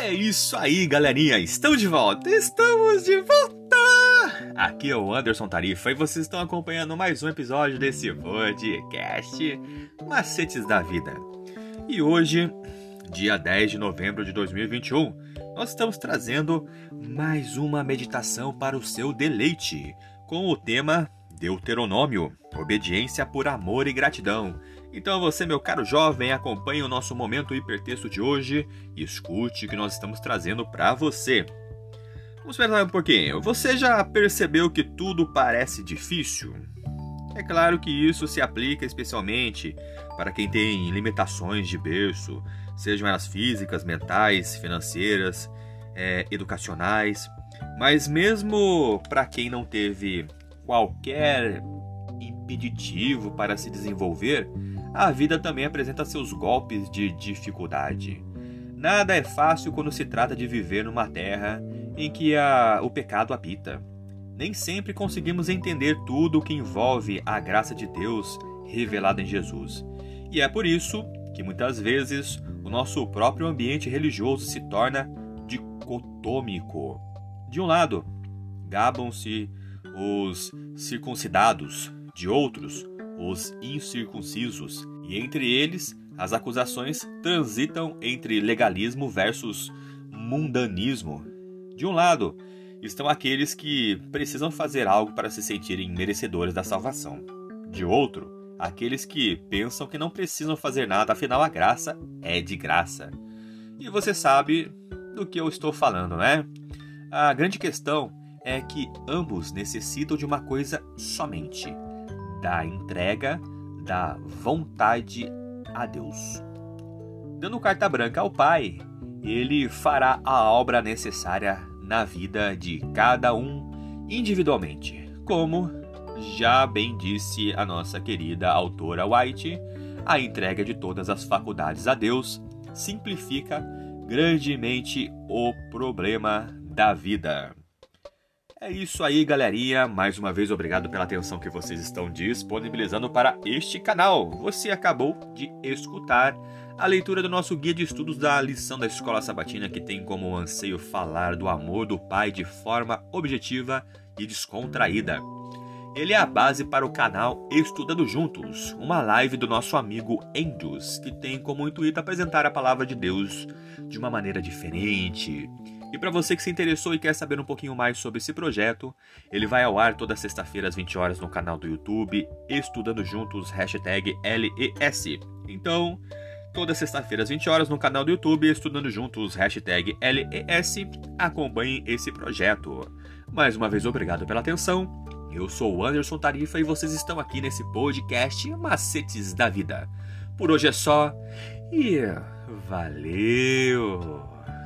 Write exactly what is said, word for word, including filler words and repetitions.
É isso aí, galerinha, estamos de volta, estamos de volta! Aqui é o Anderson Tarifa e vocês estão acompanhando mais um episódio desse podcast Macetes da Vida. E hoje, dia dez de novembro de dois mil e vinte e um, nós estamos trazendo mais uma meditação para o seu deleite, com o tema Deuteronômio, obediência por amor e gratidão. Então você, meu caro jovem, acompanhe o nosso momento hipertexto de hoje e escute o que nós estamos trazendo para você. Vamos pensar um pouquinho. Você já percebeu que tudo parece difícil? É claro que isso se aplica especialmente para quem tem limitações de berço, sejam elas físicas, mentais, financeiras, é, educacionais. Mas mesmo para quem não teve qualquer impeditivo para se desenvolver, a vida também apresenta seus golpes de dificuldade. Nada é fácil quando se trata de viver numa terra em que a, o pecado habita. Nem sempre conseguimos entender tudo o que envolve a graça de Deus revelada em Jesus. E é por isso que muitas vezes o nosso próprio ambiente religioso se torna dicotômico. De um lado, gabam-se os circuncidados, de outros, os incircuncisos, e entre eles as acusações transitam entre legalismo versus mundanismo. De um lado, estão aqueles que precisam fazer algo para se sentirem merecedores da salvação. De outro, aqueles que pensam que não precisam fazer nada, afinal a graça é de graça. E você sabe do que eu estou falando, né? A grande questão é que ambos necessitam de uma coisa somente: da entrega, da vontade a Deus. Dando carta branca ao Pai, Ele fará a obra necessária na vida de cada um individualmente. Como já bem disse a nossa querida autora White, a entrega de todas as faculdades a Deus simplifica grandemente o problema da vida. É isso aí, galerinha. Mais uma vez, obrigado pela atenção que vocês estão disponibilizando para este canal. Você acabou de escutar a leitura do nosso guia de estudos da lição da Escola Sabatina, que tem como anseio falar do amor do Pai de forma objetiva e descontraída. Ele é a base para o canal Estudando Juntos, uma live do nosso amigo Andrews, que tem como intuito apresentar a palavra de Deus de uma maneira diferente. E para você que se interessou e quer saber um pouquinho mais sobre esse projeto, ele vai ao ar toda sexta-feira às vinte horas no canal do YouTube Estudando Juntos, hashtag L E S. Então, toda sexta-feira às vinte horas no canal do YouTube Estudando Juntos, hashtag L E S, acompanhem esse projeto. Mais uma vez, obrigado pela atenção. Eu sou o Anderson Tarifa e vocês estão aqui nesse podcast Macetes da Vida. Por hoje é só e valeu!